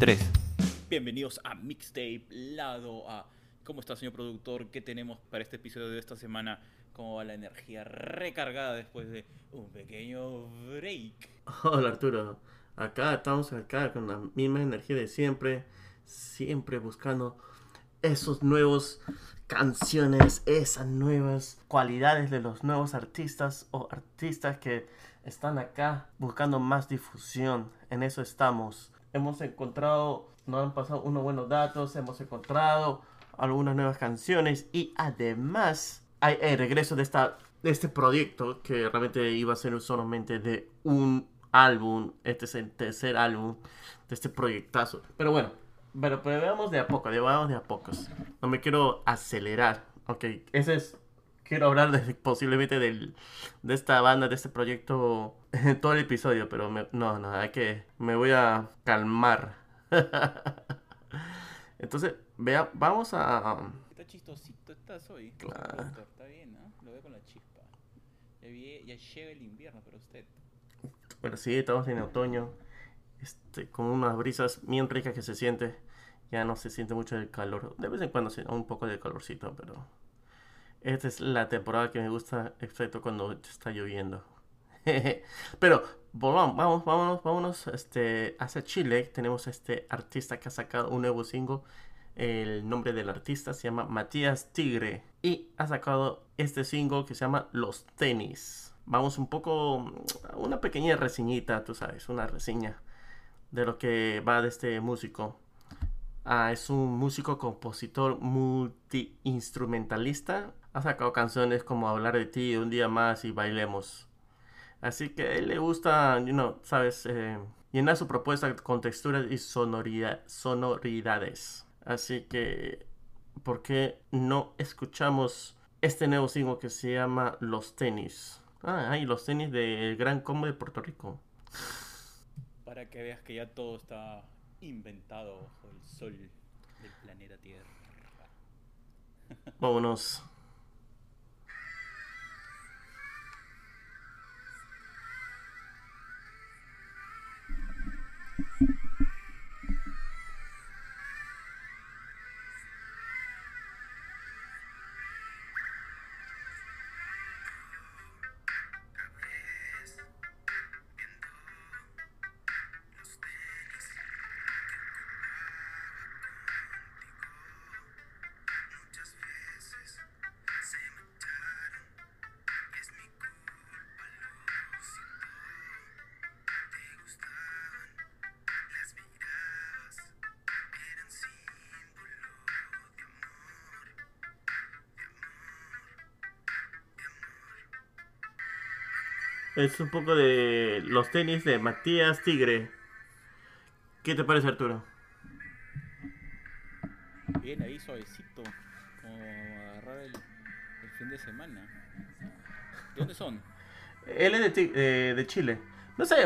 3. Bienvenidos a Mixtape Lado A. ¿Cómo está, señor productor? ¿Qué tenemos para este episodio de esta semana? ¿Cómo va la energía recargada después de un pequeño break? Hola Arturo, acá estamos con la misma energía de siempre, siempre buscando esos nuevos canciones, esas nuevas cualidades de los nuevos artistas o artistas que están acá buscando más difusión. En eso estamos. Hemos encontrado, nos han pasado unos buenos datos, hemos encontrado algunas nuevas canciones y además hay el regreso de este proyecto que realmente iba a ser solamente de un álbum. Este es el tercer álbum de este proyectazo. Pero bueno, pero veamos de a poco, veamos de a pocos. No me quiero acelerar. Ok, ese es... Quiero hablar posiblemente de esta banda, de este proyecto en todo el episodio, pero no, hay que... Me voy a calmar. Entonces, vamos a... Está chistosito, estás hoy. Claro. Está bien, ¿no? Lo veo con la chispa. Ya llega el invierno para usted. Bueno, sí, estamos en otoño. Con unas brisas bien ricas que se siente. Ya no se siente mucho el calor. De vez en cuando se da un poco de calorcito, pero... Esta es la temporada que me gusta, excepto cuando está lloviendo. Pero vámonos hacia Chile. Tenemos este artista que ha sacado un nuevo single. El nombre del artista se llama Matías Tigre y ha sacado este single que se llama Los Tenis. Vamos un poco a una pequeña reseñita, tú sabes, una reseña de lo que va de este músico. Es un músico, compositor, multi-instrumentalista. Ha sacado canciones como Hablar de ti, Un día más y Bailemos. Así que a él le gusta, sabes, llenar su propuesta con texturas y sonoridades. Así que, ¿por qué no escuchamos este nuevo single que se llama Los Tenis? Los tenis del Gran Combo de Puerto Rico. Para que veas que ya todo está inventado bajo el sol del planeta Tierra. Vámonos. Es un poco de Los Tenis de Matías Tigre. ¿Qué te parece, Arturo? Bien, ahí suavecito. Como agarrar el fin de semana. ¿De dónde son? Él es de Chile. No sé,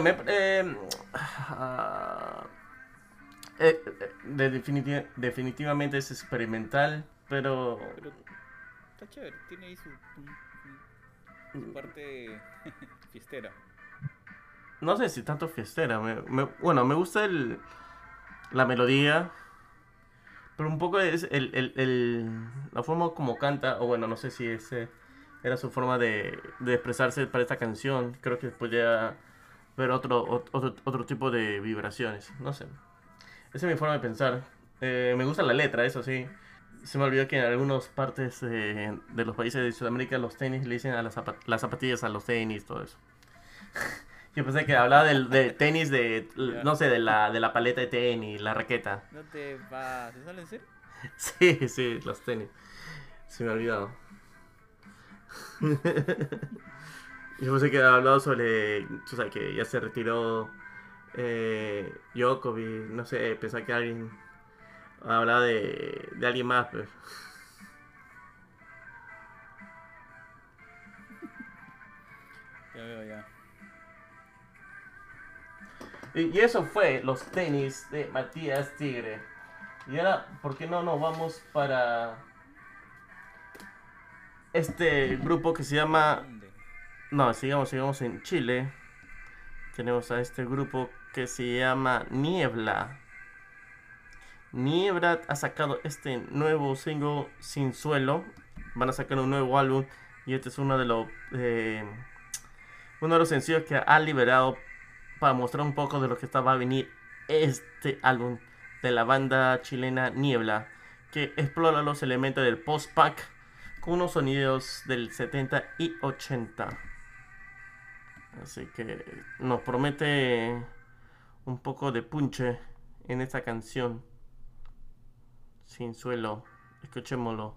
definitivamente es experimental, pero Pero está chévere, tiene ahí su parte fiestera. no sé si tanto fiestera. Bueno, me gusta la melodía, pero un poco es la forma como canta, o bueno, no sé si ese era su forma de expresarse para esta canción. Creo que podría ver otro tipo de vibraciones, no sé. Esa es mi forma de pensar. Me gusta la letra, eso sí. Se me olvidó que en algunas partes de los países de Sudamérica los tenis le dicen a las zapatillas a los tenis, todo eso. Yo pensé que hablaba de tenis no sé, de la paleta de tenis, la raqueta. No te vas, ¿te sale en serio? Sí, los tenis. Se me ha olvidado. Yo pensé que hablaba sobre, tú sabes, que ya se retiró Djokovic, no sé, pensaba que alguien hablaba de alguien más, pues. Ya veo, ya. Y eso fue Los Tenis de Matías Tigre. Y ahora, ¿por qué no nos vamos para este grupo que se llama... ¿Dónde? No, sigamos en Chile. Tenemos a este grupo que se llama Niebla. Niebla ha sacado este nuevo single Sin Suelo. Van a sacar un nuevo álbum y este es uno de los sencillos que ha liberado para mostrar un poco de lo que va a venir este álbum de la banda chilena Niebla, que explora los elementos del post-punk con unos sonidos del 70 y 80. Así que nos promete un poco de punche en esta canción Sin Suelo. Escuchémoslo.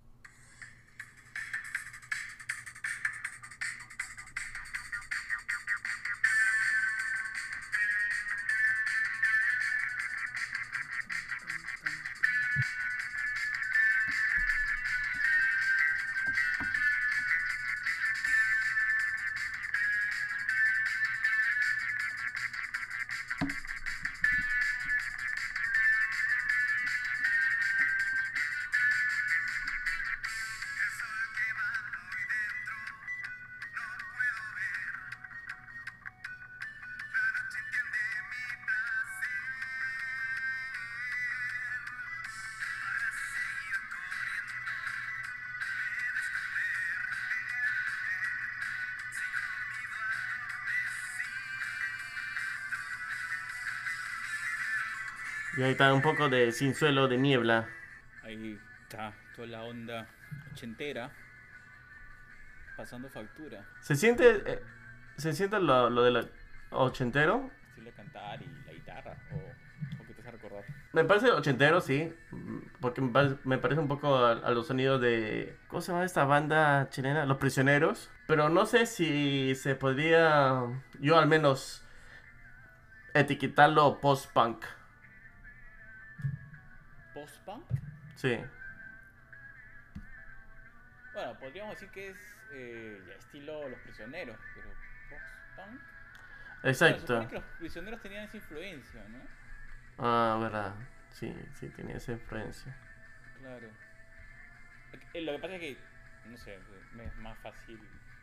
Y ahí está un poco de Sin Suelo de Niebla. Ahí está toda la onda ochentera pasando factura. Se siente lo de la ochentero. Estilo de cantar y la guitarra, o que te hace recordar. Me parece ochentero, sí. Porque me parece un poco a los sonidos de... ¿Cómo se llama esta banda chilena? Los Prisioneros. Pero no sé si se podría... Yo al menos etiquetarlo post-punk. ¿Post-punk? Sí. Bueno, podríamos decir que es ya estilo Los Prisioneros, pero post-punk. Bueno, se Exacto. supone que Los Prisioneros tenían esa influencia, ¿no? Ah, verdad. Sí, sí, tenía esa influencia. Claro. Lo que pasa es que, no sé, me es más fácil,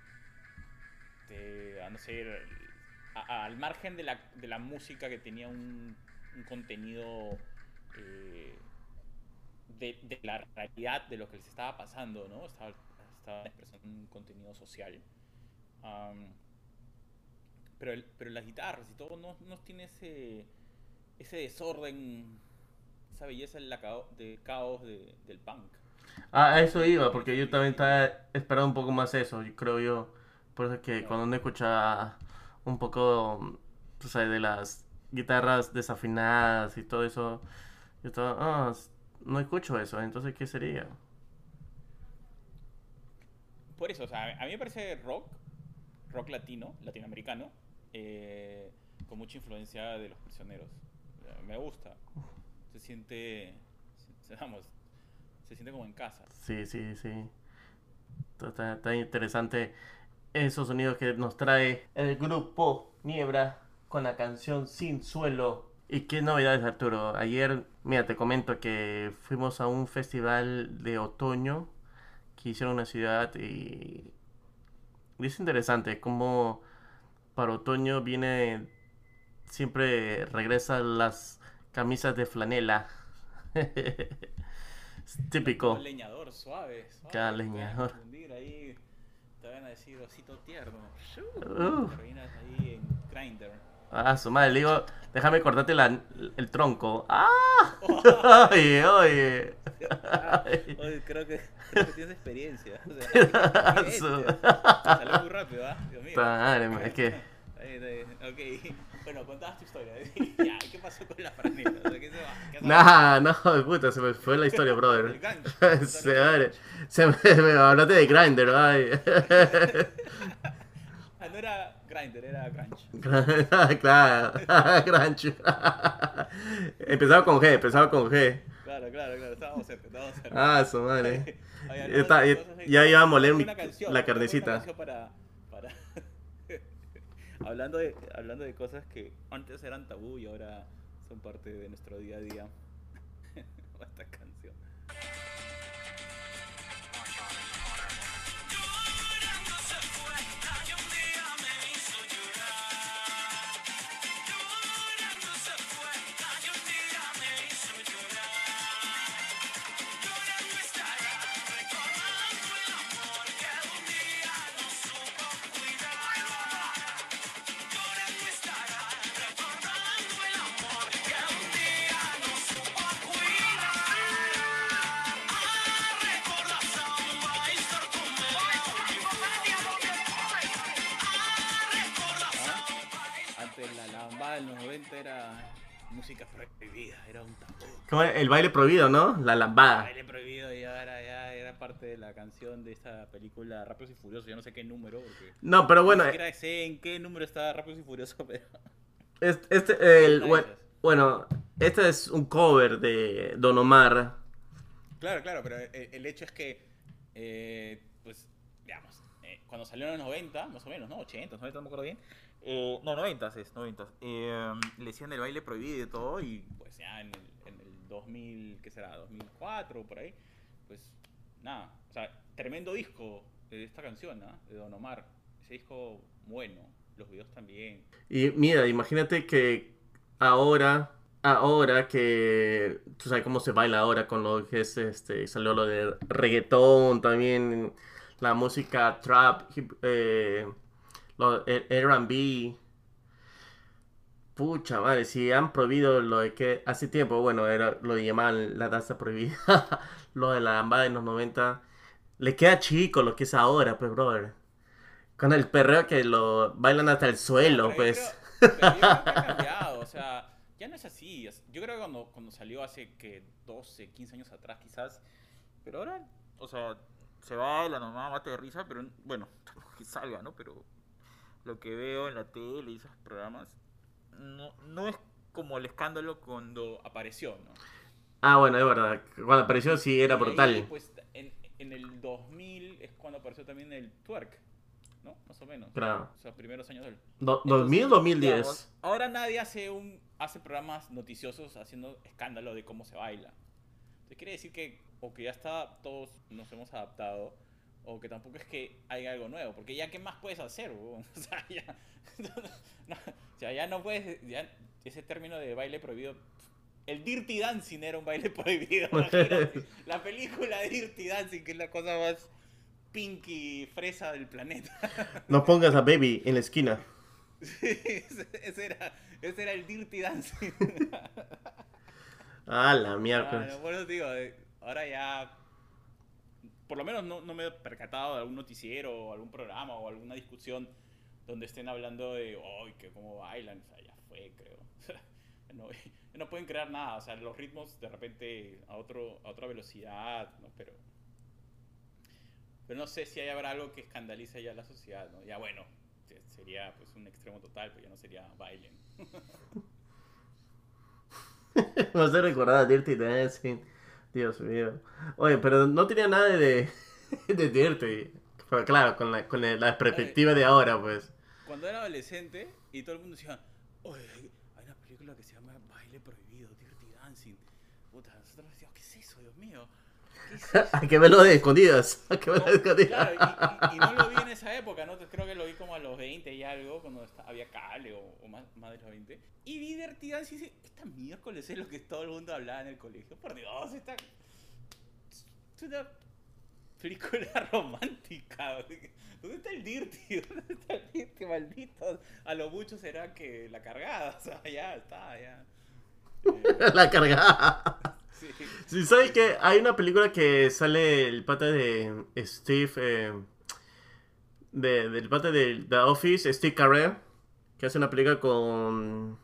a no ser, al margen de la música que tenía un contenido eh, de la realidad de lo que les estaba pasando, ¿no? Estaba expresando un contenido social. Am, pero las guitarras y todo no tiene ese desorden, esa belleza del caos del punk. Ah, a eso iba, Tiene porque ese yo también estilo. estaba esperando un poco más eso, creo yo. Por eso es que cuando Claro. uno escucha un poco, tú sabes, de las guitarras desafinadas y todo eso, yo estaba, no escucho eso, entonces ¿qué sería? Por eso, o sea, a mí me parece rock latinoamericano, eh, con mucha influencia de Los Prisioneros. Me gusta. Se siente, vamos, se siente como en casa. Sí, sí, sí. Está interesante esos sonidos que nos trae el grupo Niebla con la canción Sin Suelo. ¿Y qué novedades, Arturo? Ayer, mira, te comento que fuimos a un festival de otoño que hicieron en una ciudad y es interesante cómo para otoño siempre regresan las camisas de flanela. Es Modo típico, leñador, suave, cada suave. Te van a leñador. confundir ahí. Te van a decir osito tierno. Uh, Terminas ahí en Grindr. su madre, le digo, déjame cortarte el tronco. ¡Ah! Oye, oye. Oye, creo que tienes experiencia. O sea, qué Su- bestia. Me salió muy rápido, ¿ah? Dios mío. Madre, es que... Está bien. Ok. Bueno, contabas tu historia. Ya, ¿qué pasó con la franela? O sea, ¿qué se va? ¿Qué se va? Nah, no, puta, se me fue la historia, El brother. gancho. Contanos Se, el madre, gancho. me hablaste de Grindr, ay. Ah, no era Grindr, era Crunch. Claro, Grancho. Empezaba con G. Claro. Estábamos cerca, estábamos cerca. Su madre. Oye, Ya, hablando de cosas ya iba a moler tengo una canción. la Tengo una carnecita. canción para hablando de cosas que antes eran tabú y ahora son parte de nuestro día a día. Esta canción. esta era música prohibida, era un tabú. ¿Cómo era? El baile prohibido, ¿no? La El lambada. baile prohibido y ahora ya era parte de la canción de esta película Rápidos y Furiosos. Yo no sé qué número, porque No, pero ni bueno, siquiera sé en qué número está Rápidos y Furiosos, pero el, una de esas. bueno, este es un cover de Don Omar. Claro, pero el hecho es que, pues, digamos, cuando salió en los 90, más o menos, ¿no? 80, 90, no me acuerdo bien. No, 90 es, 90. Le decían el baile prohibido y todo, y pues ya en el 2000, ¿qué será? 2004, por ahí, pues nada. O sea, tremendo disco de esta canción, ¿no? De Don Omar. Ese disco bueno, los videos también. Y mira, imagínate que ahora que tú sabes cómo se baila ahora con lo que es salió lo de reggaetón, también la música trap, el R&B. Pucha madre, si han prohibido lo de que hace tiempo, bueno, era lo de llamaban la danza prohibida, lo de la lambada en los 90 le queda chico lo que es ahora, pues, brother. Con el perreo que lo bailan hasta el No, suelo, pues. pero yo creo que ha cambiado, o sea, ya no es así. Yo creo que cuando salió hace que 12, 15 años atrás quizás, pero ahora, o sea, se va la mamá mate de risa, pero bueno, tampoco que salga, ¿no? Pero lo que veo en la tele y esos programas no es como el escándalo cuando apareció, ¿no? Ah, bueno, es verdad. Cuando apareció sí era Y de ahí, brutal. pues, en el 2000 es cuando apareció también el twerk, ¿no? Más o menos. Claro. O sea, primeros años del... 2000, Entonces, 2010. digamos, ahora nadie hace programas noticiosos haciendo escándalo de cómo se baila. Entonces quiere decir que o que ya está, todos nos hemos adaptado, o que tampoco es que haya algo nuevo, porque ya qué más puedes hacer, huevón? O sea, ya no, o sea, ya no puedes, ya ese término de baile prohibido, el Dirty Dancing era un baile prohibido, imagínate, la película Dirty Dancing, que es la cosa más pinky fresa del planeta. No pongas a Baby en la esquina. Sí, ese era el Dirty Dancing. Ah, la Ah, miércoles. no, bueno, digo, ahora ya, por lo menos no me he percatado de algún noticiero o algún programa o alguna discusión donde estén hablando de, oh, que cómo bailan, o sea, ya fue, creo. No, no pueden crear nada, o sea, los ritmos de repente a otra velocidad, ¿no? Pero no sé si habrá algo que escandalice ya a la sociedad, ¿no? Ya bueno, sería pues un extremo total, pero ya no sería bailen. Me hace recordar a Dirty Dancing. Dios mío. Oye, pero no tenía nada de Dirty. Pero claro, con la Oye, perspectiva de ahora, pues. cuando era adolescente y todo el mundo decía, oye, hay una película que se llama Baile Prohibido, Dirty Dancing. Puta, nosotros decíamos, ¿qué es eso, Dios mío? ¿Qué es Hay eso? que verlo de escondidas. Hay que verlo de escondidas. Claro, y no lo vi en esa época, ¿no? Creo que lo vi como a los 20 y algo, cuando había cable o más de los 20. Y vi Dirty Dancing y dije, esta miércoles es lo que todo el mundo hablaba en el colegio. Por Dios, es una película romántica. ¿Dónde está el Dirty? ¿Dónde está el Dirty, maldito? A lo mucho será que la cargada, o sea, ya está, ya. La cargada. Sí. Si sabes que hay una película que sale el pata de Steve, del pata de The Office, Steve Carell, que hace una película con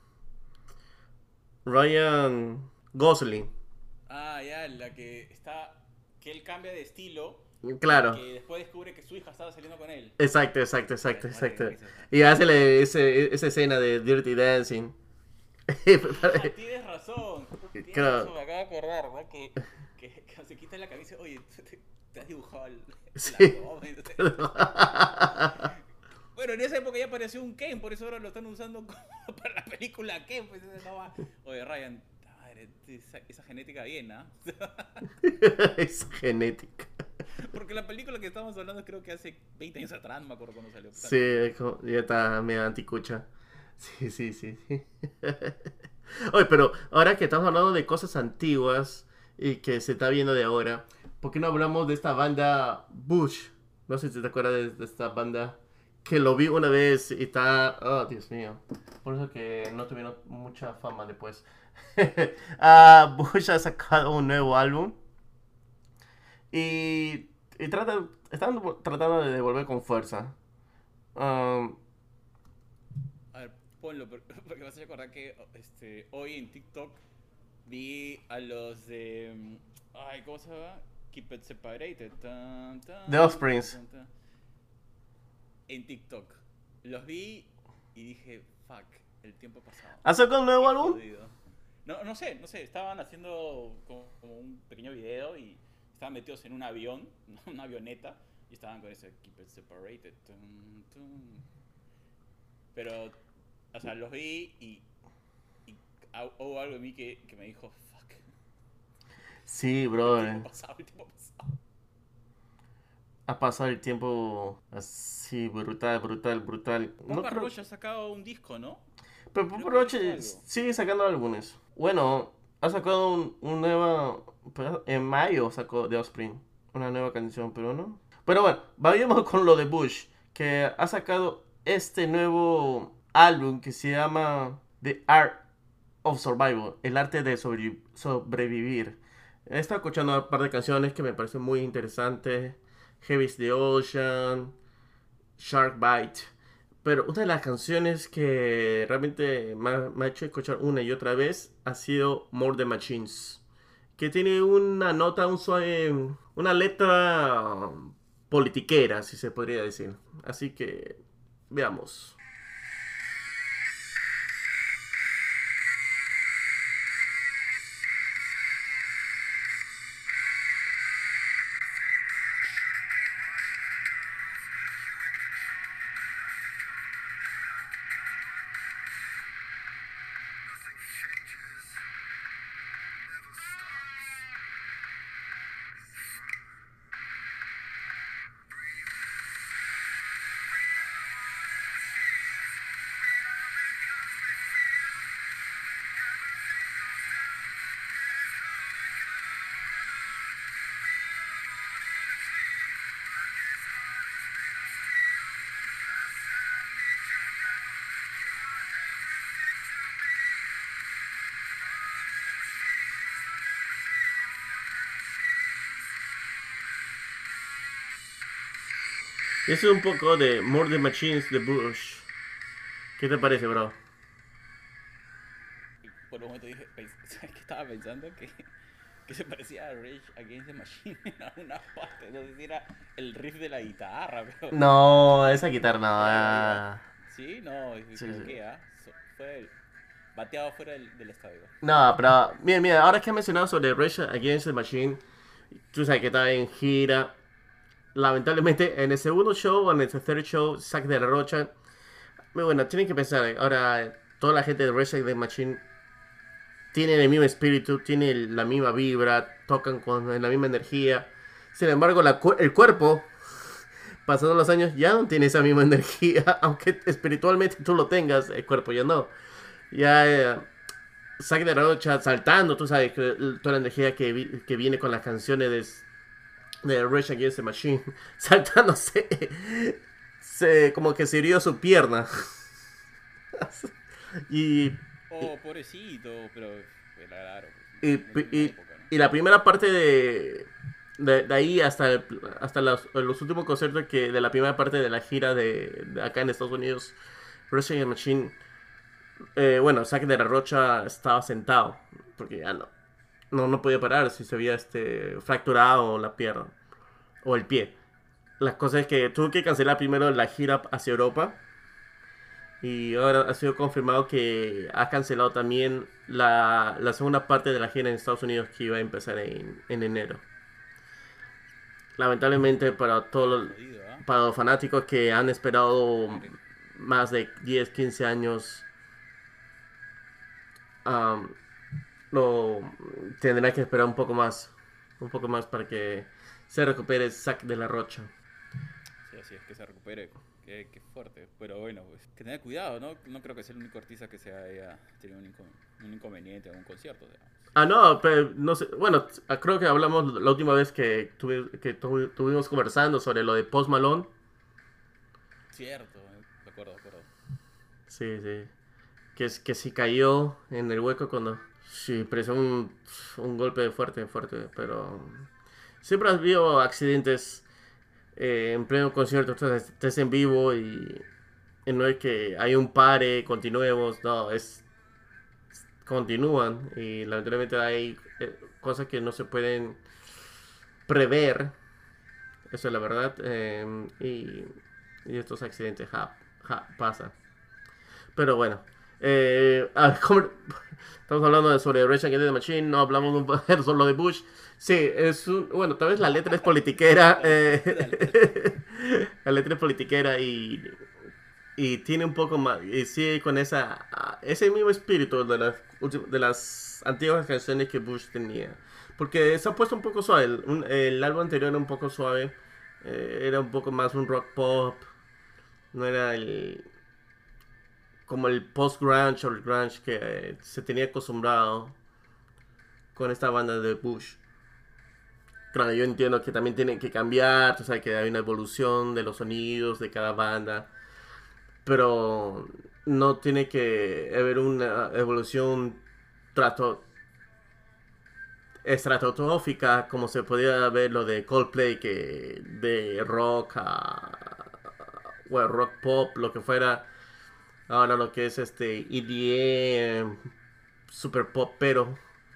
Ryan Gosling. Ah, ya, la que está. Que él cambia de estilo y Claro, que después descubre que su hija estaba saliendo con él. exacto. Muere de risa. Y hace esa escena de Dirty Dancing. Ah, tienes razón. Tienes Claro, razón, me acabo de acordar, ¿no? Que se quita la camisa. Oye, te has dibujado el sí. abdomen. Bueno, en esa época ya apareció un Ken, por eso ahora lo están usando para la película Ken. Pues no va. Oye, Ryan, madre, esa genética bien, ¿ah? Es genética. Porque la película que estamos hablando creo que hace 20 años atrás, no me acuerdo cuando salió. Sí, ya está medio anticucha. Sí. Oye, pero ahora que estamos hablando de cosas antiguas y que se está viendo de ahora, ¿por qué no hablamos de esta banda Bush? No sé si te acuerdas de esta banda que lo vi una vez y está... Oh, Dios mío. Por eso que no tuvieron mucha fama después. Bush ha sacado un nuevo álbum y están tratando de devolver con fuerza. Um, A ver, ponlo, porque me hace acordar que hoy en TikTok vi a los de... Ay, ¿cómo se llama? Keep It Separated. The Offsprings. En TikTok. Los vi y dije, fuck, el tiempo pasado. ¿Has sacado un nuevo Qué álbum? jodido. No sé, estaban haciendo como un pequeño video y estaban metidos en un avión, una avioneta, y estaban con ese Keep It Separated. Pero, o sea, los vi y hubo algo en mí que me dijo, fuck, Sí, el bro. tiempo pasado, el tiempo pasado. Ha pasado el tiempo así, brutal, brutal, brutal. No Papa creo. Roach ha sacado un disco, ¿no? Pero Creo Papa que he Roach visto algo. sigue sacando álbumes. Bueno, ha sacado un nueva. En mayo sacó The Offspring. Una nueva canción, pero no. Pero bueno, vayamos con lo de Bush. Que ha sacado este nuevo álbum que se llama The Art of Survival. El arte de sobrevivir. He estado escuchando un par de canciones que me parecen muy interesantes. Heavy's the Ocean, Shark Bite. Pero una de las canciones que realmente me ha hecho escuchar una y otra vez ha sido More the Machines. Que tiene una nota, un suave, una letra politiquera, si se podría decir. Así que veamos. Eso es un poco de More the Machines de Bush. ¿Qué te parece, bro? Y por un momento dije, ¿sabes qué estaba pensando? Que se parecía a Rage Against the Machine en algunas partes. No sé si era el riff de la guitarra, pero No, esa guitarra no. por ahí va, iba. ¿Sí? No, me Sí, sí. equivoqué, ¿ah? Fue bateado fuera del estadio. No, pero mira, ahora que has mencionado sobre Rage Against the Machine, tú sabes que está en gira. Lamentablemente, en el segundo show o en el tercer show, Zack de la Rocha. Muy bueno, tienen que pensar. Ahora, toda la gente de Rage Against the Machine tienen el mismo espíritu, tienen la misma vibra, tocan con la misma energía. Sin embargo, el cuerpo, pasando los años, ya no tiene esa misma energía. Aunque espiritualmente tú lo tengas, el cuerpo ya no. Ya. Zack de la Rocha saltando, tú sabes, toda la energía que viene con las canciones de Rage Against the Machine, saltándose, como que se hirió su pierna. y, Oh, pobrecito, pero era claro, y, pues, en una y, época, ¿no? y la primera parte de ahí hasta los últimos conciertos de la primera parte de la gira de acá en Estados Unidos, Rage Against the Machine, bueno, Zack de la Rocha estaba sentado, porque ya no podía parar si se había fracturado la pierna o el pie. La cosa es que tuvo que cancelar primero la gira hacia Europa y ahora ha sido confirmado que ha cancelado también la segunda parte de la gira en Estados Unidos que iba a empezar en enero. Lamentablemente Jodido, ¿ah? para los fanáticos que han esperado Pobre. más de 10 15 años, um, lo tendrá que esperar un poco más para que se recupere Zack de la Rocha. Sí, así es que se recupere. Qué fuerte. Pero bueno, pues que tener cuidado, ¿no? No creo que sea el único artista que se haya tenido un inconveniente en un concierto, digamos. Ah, no, pero no sé. Bueno, creo que hablamos la última vez que tuvimos conversando sobre lo de Post Malone. Cierto, de acuerdo, de acuerdo. Sí, sí. Que sí cayó en el hueco cuando. Sí, pareció un golpe fuerte, fuerte. Pero siempre has habido accidentes en pleno concierto. Estés en vivo no es que hay un pare, continuemos, no, continúan y lamentablemente hay cosas que no se pueden prever, eso es la verdad, y estos accidentes pasan. Pero bueno, estamos hablando sobre Rage Against the Machine, no hablamos un poco solo de Bush. Sí, bueno, tal vez la letra es politiquera, Dale. la letra es politiquera y tiene un poco más, y sigue con ese mismo espíritu de las antiguas canciones que Bush tenía. Porque se ha puesto un poco suave, el álbum anterior era un poco suave, era un poco más un rock pop, no era como el post-grunge o el grunge que se tenía acostumbrado con esta banda de Bush. Claro, yo entiendo que también tienen que cambiar, o sea, que hay una evolución de los sonidos de cada banda, pero no tiene que haber una evolución trato estratosférica como se podía ver lo de Coldplay, que de rock a bueno, rock pop, lo que fuera, ahora lo que es EDM, super pop, pero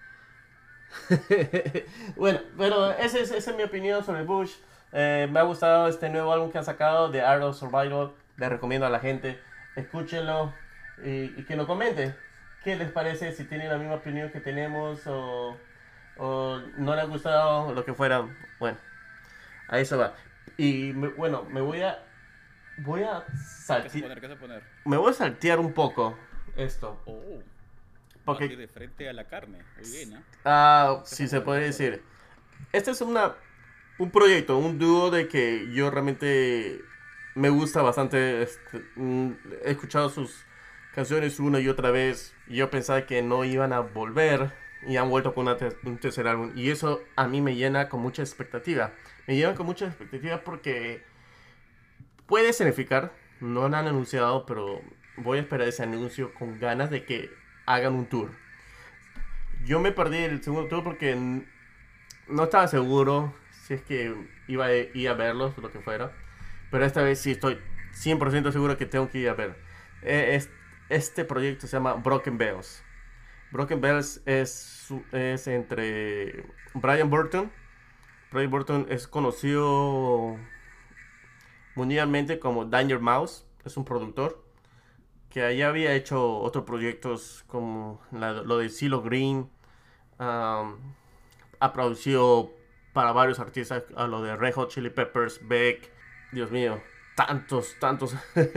bueno, pero esa es mi opinión sobre Bush. Me ha gustado este nuevo álbum que han sacado de Art of Survival. Les recomiendo a la gente, escúchenlo y que nos comente qué les parece, si tienen la misma opinión que tenemos o no les ha gustado, lo que fuera. Bueno, a eso va. Y bueno, voy a ¿Qué se saltear, poner? ¿Qué se poner? me voy a saltear un poco esto. Oh, vas a ir Porque, de frente a la carne. Muy bien, ¿ah? ¿Qué si se se pone? ¿Qué puede se pone? decir. Este es un proyecto, un dúo de que yo realmente me gusta bastante. He escuchado sus canciones una y otra vez. Y yo pensaba que no iban a volver. Y han vuelto con un tercer álbum. Y eso a mí me llena con mucha expectativa. Me llena con mucha expectativa porque puede significar, no lo han anunciado, pero voy a esperar ese anuncio con ganas de que hagan un tour. Yo me perdí el segundo tour porque no estaba seguro si es que ir a verlos o lo que fuera. Pero esta vez sí estoy 100% seguro que tengo que ir a ver. Este proyecto se llama Broken Bells. Broken Bells es entre Brian Burton. Brian Burton es conocido mundialmente como Danger Mouse. Es un productor que ya había hecho otros proyectos como lo de CeeLo Green. Um, ha producido para varios artistas, a lo de Red Hot Chili Peppers, Beck, Dios mío, tantos.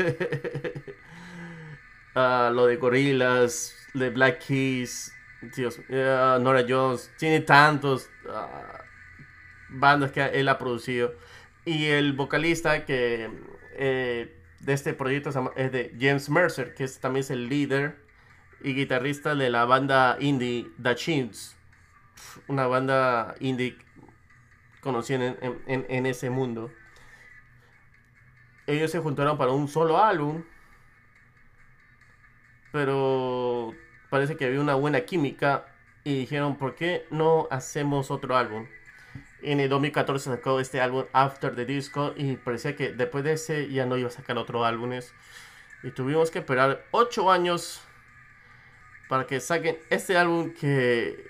Lo de Gorillaz, de Black Keys, Dios, Nora Jones, tiene tantos bandas que él ha producido. Y el vocalista de este proyecto es de James Mercer, que también es el líder y guitarrista de la banda indie The Chins, una banda indie conocida en ese mundo. Ellos se juntaron para un solo álbum, pero parece que había una buena química y dijeron, ¿por qué no hacemos otro álbum? En el 2014 sacó este álbum After the Disco y parecía que después de ese ya no iba a sacar otros álbumes. Y tuvimos que esperar 8 años para que saquen este álbum que...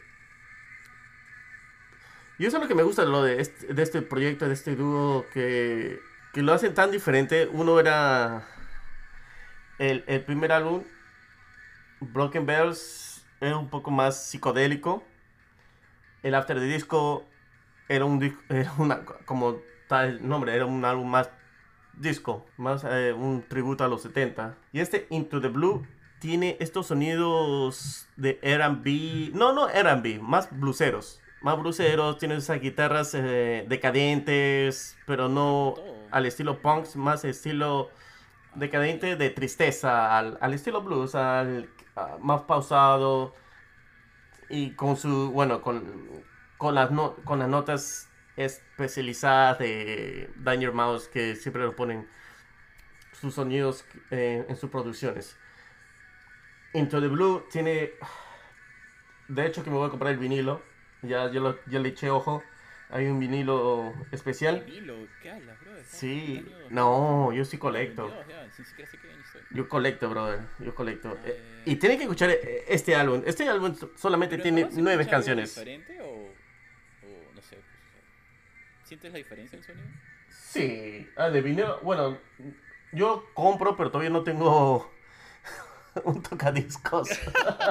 Y eso es lo que me gusta de este proyecto, de este dúo, que lo hacen tan diferente. Uno era el primer álbum, Broken Bells, era un poco más psicodélico. El After the Disco era como tal el nombre, era un álbum más disco, más un tributo a los 70. Y este Into the Blue tiene estos sonidos de R&B, no R&B, más bluseros. Más bluseros, tiene esas guitarras decadentes, pero Ah, con no todo. al estilo punk, más estilo Ah, decadente de tristeza, al estilo blues, más pausado y con bueno, con las notas especializadas de Danger Mouse que siempre lo ponen sus sonidos en sus producciones. Into the Blue tiene, de hecho que me voy a comprar el vinilo, ya le eché ojo, Hay un vinilo especial. Vinilo, ¿qué hablas, bro? Estamos en el Sí, año no, yo sí 2022 colecto. ya, sin siquiera sé qué año estoy. Yo colecto, brother. Yo colecto. Y Eh, tienen que escuchar este álbum. Este álbum solamente ¿Pero en tiene verdad se 9 escucha algo canciones. diferente o no sé? Pues, o sea, ¿sientes la diferencia en sonido? Sí, de vinilo. Bueno, yo compro, pero todavía no tengo un tocadiscos.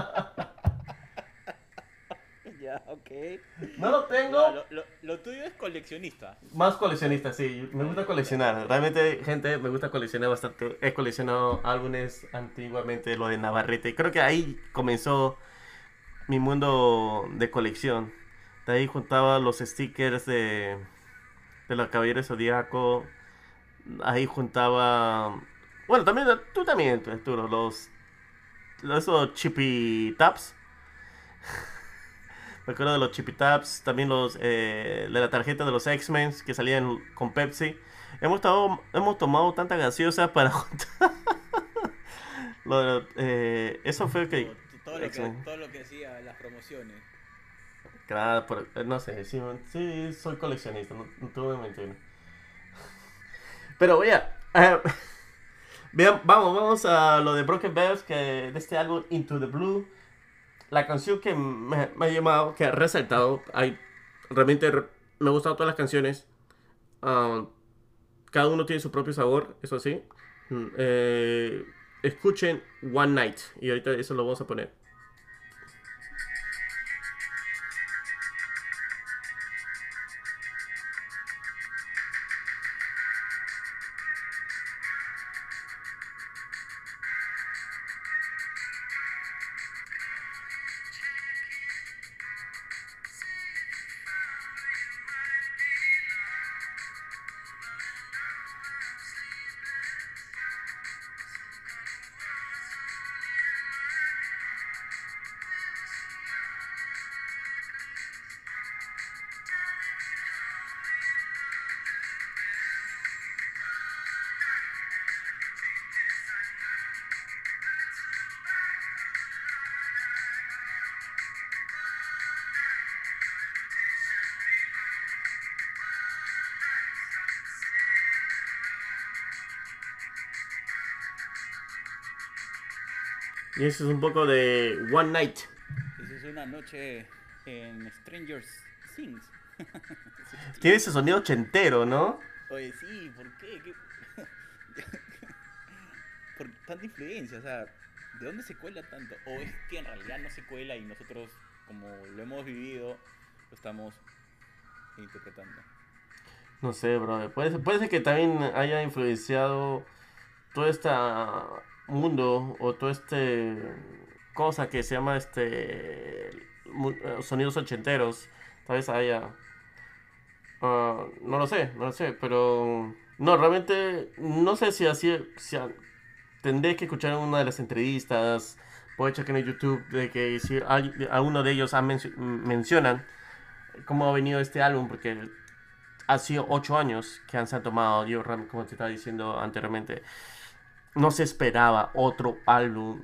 Ya, ok. No lo Ya, tengo. lo tuyo es coleccionista. Más coleccionista, sí. Me gusta coleccionar. Realmente, gente, me gusta coleccionar bastante. He coleccionado álbumes antiguamente, lo de Navarrete. Creo que ahí comenzó mi mundo de colección. De ahí juntaba los stickers de los Caballeros Zodíaco. Ahí juntaba. Bueno, también tú también, Arturo, esos chippy taps. Me acuerdo de los chippy taps, también los de la tarjeta de los X-Men que salían con Pepsi. Hemos tomado tanta gaseosa para juntar. Eso fue que X-Men. Todo lo que hacía las promociones. Claro, no sé, sí, sí, soy coleccionista, no te voy a mentir. Pero oye, vean, vamos a lo de Broken Bells, que de este álbum Into the Blue. La canción que me ha llamado, que ha resaltado, realmente me han gustado todas las canciones. Ah, cada uno tiene su propio sabor, eso sí. Escuchen One Night, y ahorita eso lo vamos a poner. Y eso es un poco de One Night. Eso es una noche en Stranger Things. Tiene ese sonido ochentero, ¿no? Oye, sí, ¿por qué? ¿Por tanta influencia? O sea, ¿de dónde se cuela tanto? ¿O es que en realidad no se cuela y nosotros, como lo hemos vivido, lo estamos interpretando? No sé, brother. Puede ser que también haya influenciado todo este mundo o todo este cosa que se llama sonidos ochenteros. Tal vez haya. No lo sé, no lo sé, pero no, realmente no sé si así, tendré que escuchar una de las entrevistas, puedo checar en YouTube de que si alguno de ellos mencionan cómo ha venido este álbum, porque ha sido 8 años que se han tomado. Yo, como te estaba diciendo anteriormente, no se esperaba otro álbum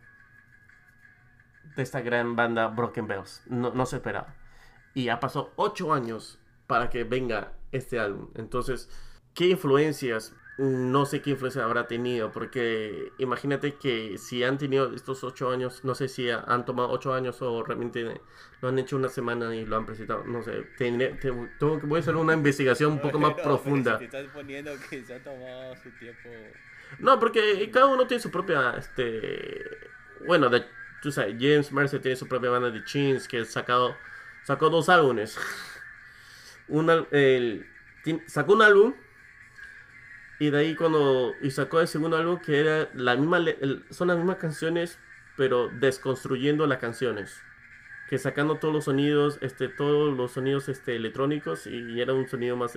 de esta gran banda Broken Bells. No, no se esperaba. Y ha pasado 8 años para que venga este álbum. Entonces, ¿qué influencias? No sé qué influencia habrá tenido, porque imagínate que si han tenido estos 8 años, no sé si han tomado 8 años o realmente lo han hecho una semana y lo han presentado, no sé, voy a hacer una investigación un poco más No, pero si profunda. te estás poniendo que se ha tomado su tiempo. No, porque cada uno tiene su propia, bueno, tú sabes, James Mercer tiene su propia banda de Chins que sacó 2 álbumes. Sacó un álbum y de ahí y sacó el segundo álbum que era son las mismas canciones pero desconstruyendo las canciones, que sacando todos los sonidos electrónicos y era un sonido más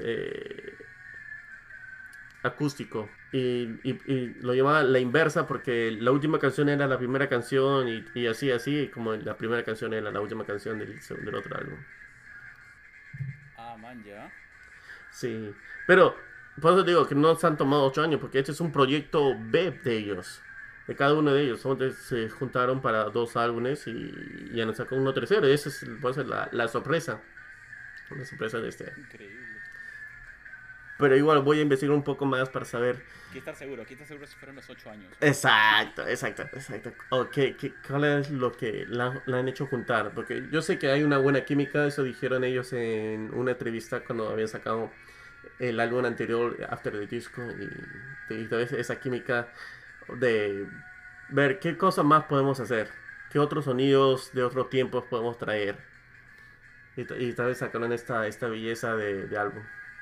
acústico y lo llamaba la inversa porque la última canción era la primera canción y así como la primera canción era la última canción del otro álbum. Ah, man, ya. Sí, pero por eso digo que no se han tomado 8 años, porque este es un proyecto B de ellos, de cada uno de ellos. Entonces se juntaron para 2 álbumes y ya nos sacó uno tercero. Y esa puede ser la sorpresa. Una sorpresa de este. Increíble. Pero igual voy a investigar un poco más para saber. Aquí estar seguro si fueron los 8 años. Exacto, exacto, exacto. O cuál es lo que la han hecho juntar. Porque yo sé que hay una buena química, eso dijeron ellos en una entrevista cuando habían sacado el álbum anterior, After the Disco. Y tal vez esa química de ver qué cosas más podemos hacer. Qué otros sonidos de otros tiempos podemos traer. Y tal vez sacaron esta belleza de álbum.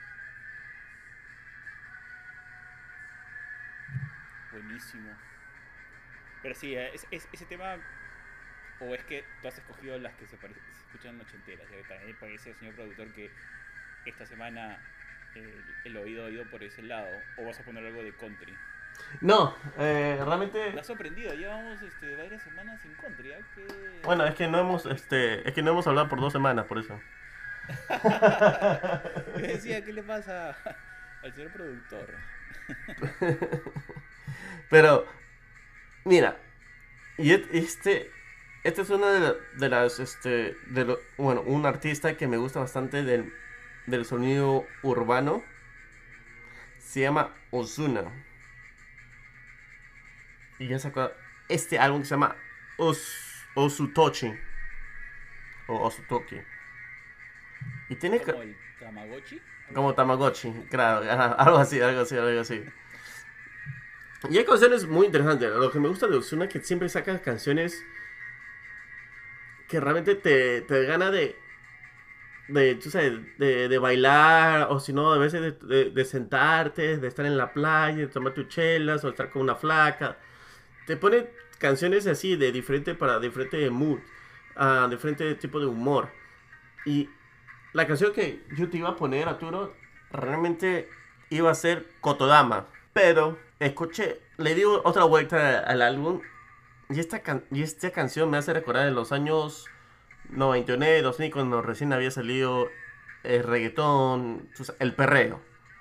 Buenísimo. Pero sí, ese tema. O es que tú has escogido las que se escuchan ochenteras. Ya que también me parece, señor productor, que esta semana el oído ha ido por ese lado. O vas a poner algo de country. No, Me realmente. ha sorprendido, llevamos varias semanas sin country. ¿Eh? Bueno, es que no hemos hablado por 2 semanas, por eso. Yo decía, ¿qué le pasa al señor productor? Pero, mira, y este es una de las, bueno, un artista que me gusta bastante del sonido urbano. Se llama Ozuna. Y ya sacó este álbum que se llama Osutochi. O Osutoki. Y tiene ¿Como el Tamagotchi? como Tamagotchi, claro, algo así, algo así, algo así. Y hay canciones muy interesantes. Lo que me gusta de Ozuna es que siempre saca canciones que realmente te gana tú sabes, de bailar, o si no, a veces de sentarte, de estar en la playa, de tomar tus chelas, o estar con una flaca. Te pone canciones así, de diferente para diferente mood, diferente tipo de humor. Y la canción que yo te iba a poner, Arturo, realmente iba a ser Kotodama. Pero escuché, le di otra vuelta al álbum y esta canción me hace recordar de los años 99, 2000, cuando recién había salido el reggaetón, el perreo.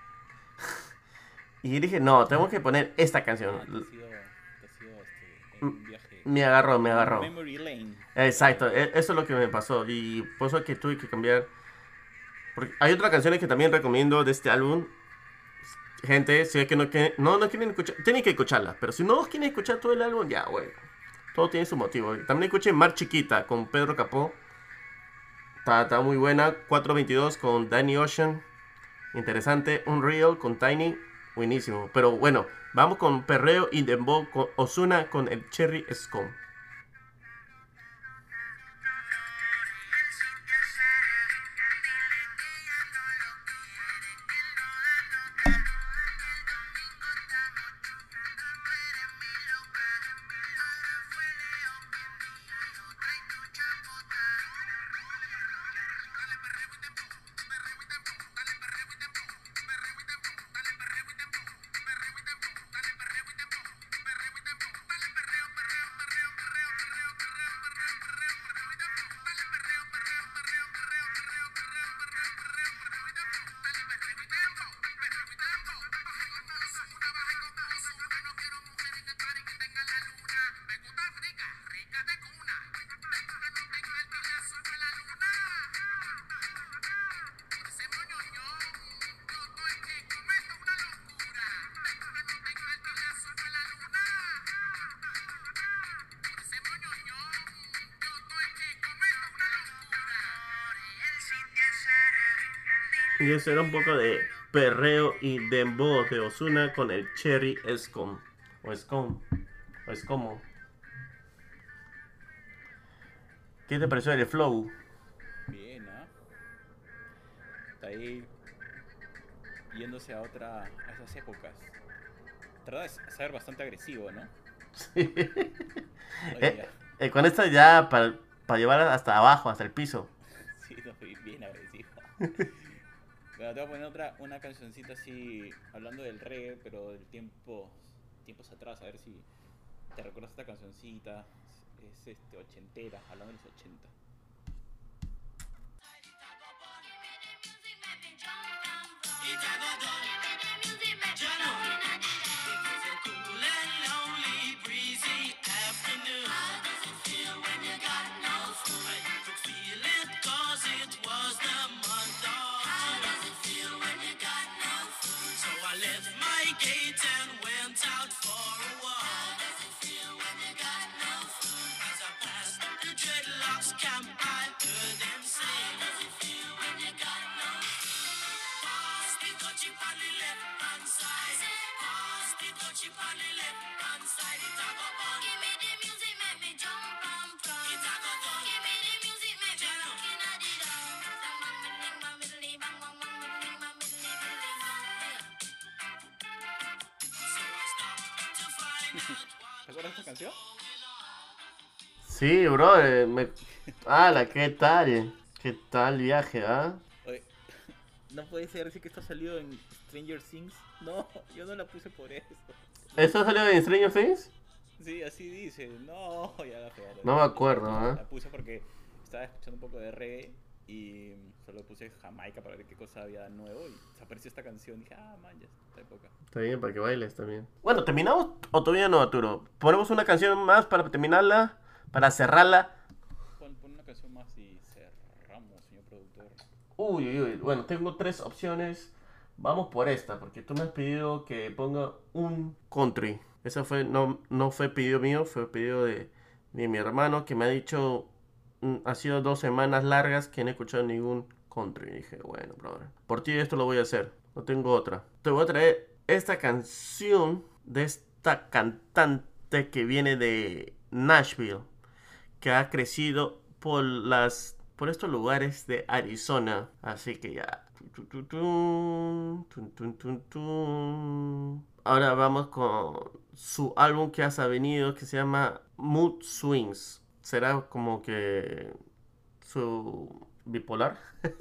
Y dije, no, tengo que poner esta canción. Te has ido en un viaje. Me agarró, me agarró. Memory lane. Exacto, eso es lo que me pasó. Y por eso es que tuve que cambiar. Porque hay otras canciones que también recomiendo de este álbum. Gente, si es que no quieren escuchar, tienen que escucharla. Pero si no quieren escuchar todo el álbum, ya, bueno. Todo tiene su motivo. También escuchen Mar Chiquita con Pedro Capó. Está muy buena. 422 con Danny Ocean. Interesante. Unreal con Tiny. Buenísimo. Pero bueno, vamos con Perreo y Dembow con Ozuna con el Cherry Scone. Y eso era un poco de perreo y dembow de Ozuna con el Cherry Scone. O Scone. O Escomo. ¿Qué te pareció el flow? Bien, ¿ah? Está ahí yéndose a esas épocas. Trata de ser bastante agresivo, ¿no? Sí. Oye, Con esto ya para llevar hasta abajo, hasta el piso. sí, no, bien agresivo. Bueno, te voy a poner una cancioncita así, hablando del reggae, pero del tiempos atrás, a ver si te recuerdas esta cancioncita. Es ochentera, hablando de los 80. ¿Te acuerdas de esta canción? Sí, bro. ¡Hala! ¿Qué tal? ¿Qué tal viaje, ah? Oye, no puede ser, decir que esto ha salido en Stranger Things. No, yo no la puse por eso. ¿Esto salió en Stranger Things? Sí, así dice. No, ya la pegaron. No me acuerdo, ¿eh? La puse porque estaba escuchando un poco de reggae y solo puse Jamaica para ver qué cosa había nuevo y se apareció esta canción. Dije, man, ya esta época. Está bien, para que bailes también. Bueno, ¿terminamos o todavía no, Arturo? ¿Ponemos una canción más para terminarla? ¿Para cerrarla? Pon una canción más y cerramos, señor productor. Uy. Bueno, tengo 3 opciones. Vamos por esta, porque tú me has pedido que ponga un country. Esa fue, no fue pedido mío, fue pedido de mi hermano, que me ha dicho, ha sido 2 semanas largas que no he escuchado ningún country. Y dije, bueno, brother, por ti esto lo voy a hacer. No tengo otra. Te voy a traer esta canción de esta cantante que viene de Nashville, que ha crecido por estos lugares de Arizona. Así que ya. Ahora vamos con su álbum que ha venido, que se llama Mood Swings. Será como que su bipolar.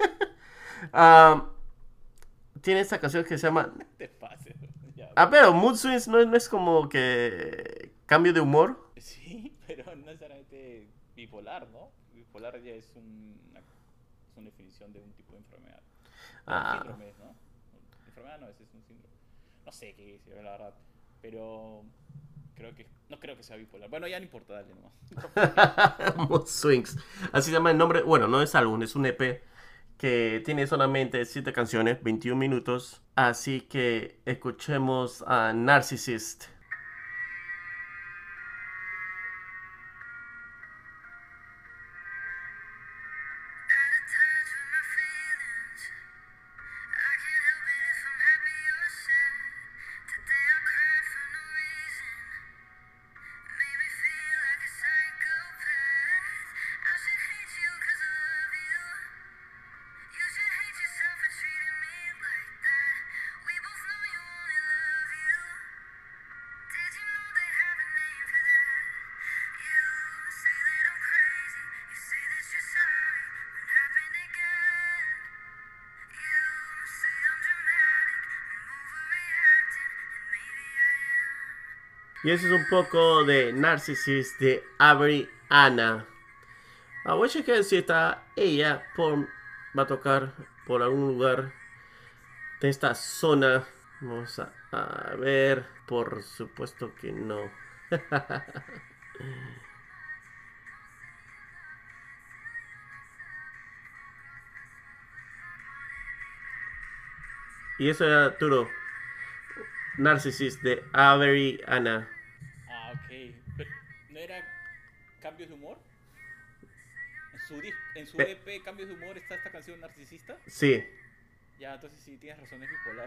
Tiene esta canción que se llama... Te pases. Ya. Pero Mood Swings no es como que cambio de humor. Sí, pero no necesariamente bipolar, ¿no? Bipolar ya es una definición de un tipo de enfermedad. Síndrome, ¿no? Enfermedad no es un síndrome. No sé qué es, la verdad. Pero no creo que sea bipolar. Bueno, ya no importa, dale nomás. Mood Swings. Así se llama el nombre. Bueno, no es álbum, es un EP que tiene solamente 7 canciones, 21 minutos. Así que escuchemos a Narcissist. Y eso es un poco de Narcissist de Avery Anna. Voy a checar si está ella va a tocar por algún lugar de esta zona. Vamos a ver. Por supuesto que no. Y eso era Arturo. Narcissist de Avery Anna. Ok. Pero, ¿no era Cambios de Humor? En su EP Cambios de Humor está esta canción Narcisista. Sí. Ya, entonces sí, tienes razón, es bipolar.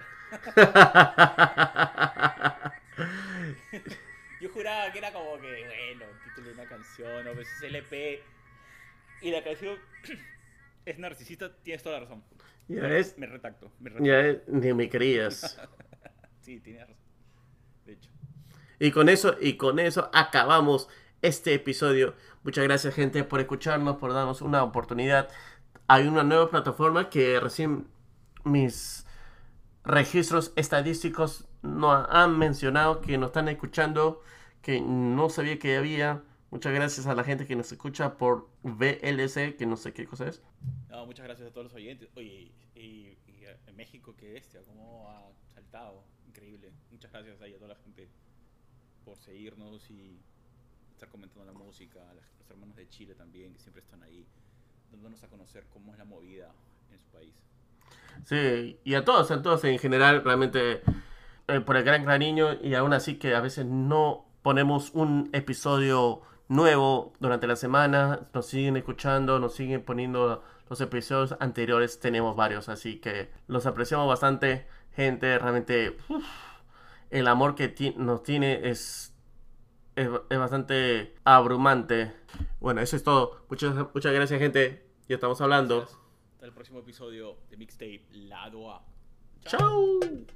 Yo juraba que era como que, bueno, el título de una canción, o pues es LP. Y la canción es narcisista, tienes toda la razón. Ya es. Me retracto. Ya es, ni me creías. Sí, tienes razón. De hecho. Y con eso acabamos este episodio. Muchas gracias, gente, por escucharnos, por darnos una oportunidad. Hay una nueva plataforma que recién mis registros estadísticos nos han mencionado que nos están escuchando, que no sabía que había. Muchas gracias a la gente que nos escucha por VLC, que no sé qué cosa es. No, muchas gracias a todos los oyentes. Oye, y en México, qué bestia, cómo ha saltado. Increíble. Muchas gracias ahí a toda la gente por seguirnos y estar comentando la música. A los hermanos de Chile también, que siempre están ahí, dándonos a conocer cómo es la movida en su país. Sí, y a todos en general, realmente por el gran cariño, y aún así que a veces no ponemos un episodio nuevo durante la semana, nos siguen escuchando, nos siguen poniendo los episodios anteriores tenemos varios, así que los apreciamos bastante, gente. Realmente el amor que nos tiene es bastante abrumante. Bueno, eso es todo. Muchas gracias, gente. Ya estamos hablando. Gracias. Hasta el próximo episodio de Mixtape Lado A. Chao.